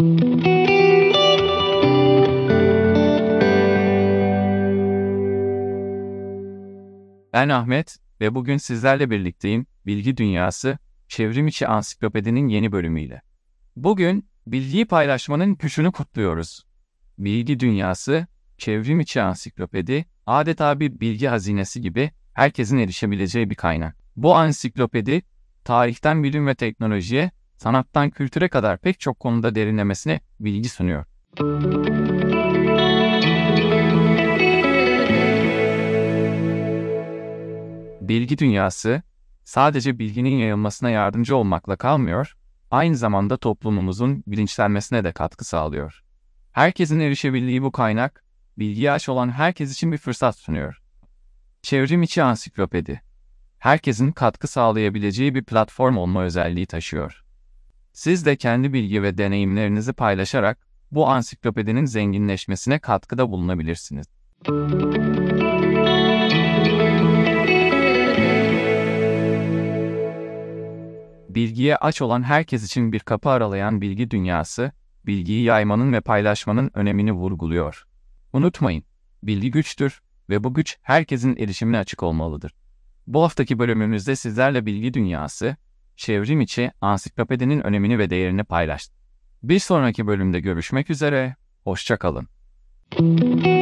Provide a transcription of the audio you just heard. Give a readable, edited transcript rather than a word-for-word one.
Ben Ahmet ve bugün sizlerle birlikteyim. Bilgi Dünyası, Çevrimiçi Ansiklopedi'nin yeni bölümüyle. Bugün bilgiyi paylaşmanın gücünü kutluyoruz. Bilgi Dünyası, Çevrimiçi Ansiklopedi, adeta bir bilgi hazinesi gibi herkesin erişebileceği bir kaynak. Bu ansiklopedi, tarihten bilim ve teknolojiye, sanattan kültüre kadar pek çok konuda derinlemesine bilgi sunuyor. Bilgi dünyası, sadece bilginin yayılmasına yardımcı olmakla kalmıyor, aynı zamanda toplumumuzun bilinçlenmesine de katkı sağlıyor. Herkesin erişebildiği bu kaynak, bilgiye aç olan herkes için bir fırsat sunuyor. Çevrimiçi ansiklopedi, herkesin katkı sağlayabileceği bir platform olma özelliği taşıyor. Siz de kendi bilgi ve deneyimlerinizi paylaşarak bu ansiklopedinin zenginleşmesine katkıda bulunabilirsiniz. Bilgiye aç olan herkes için bir kapı aralayan bilgi dünyası, bilgiyi yaymanın ve paylaşmanın önemini vurguluyor. Unutmayın, bilgi güçtür ve bu güç herkesin erişimine açık olmalıdır. Bu haftaki bölümümüzde sizlerle bilgi dünyası, çevrim içi ansiklopedinin önemini ve değerini paylaştık. Bir sonraki bölümde görüşmek üzere, hoşça kalın.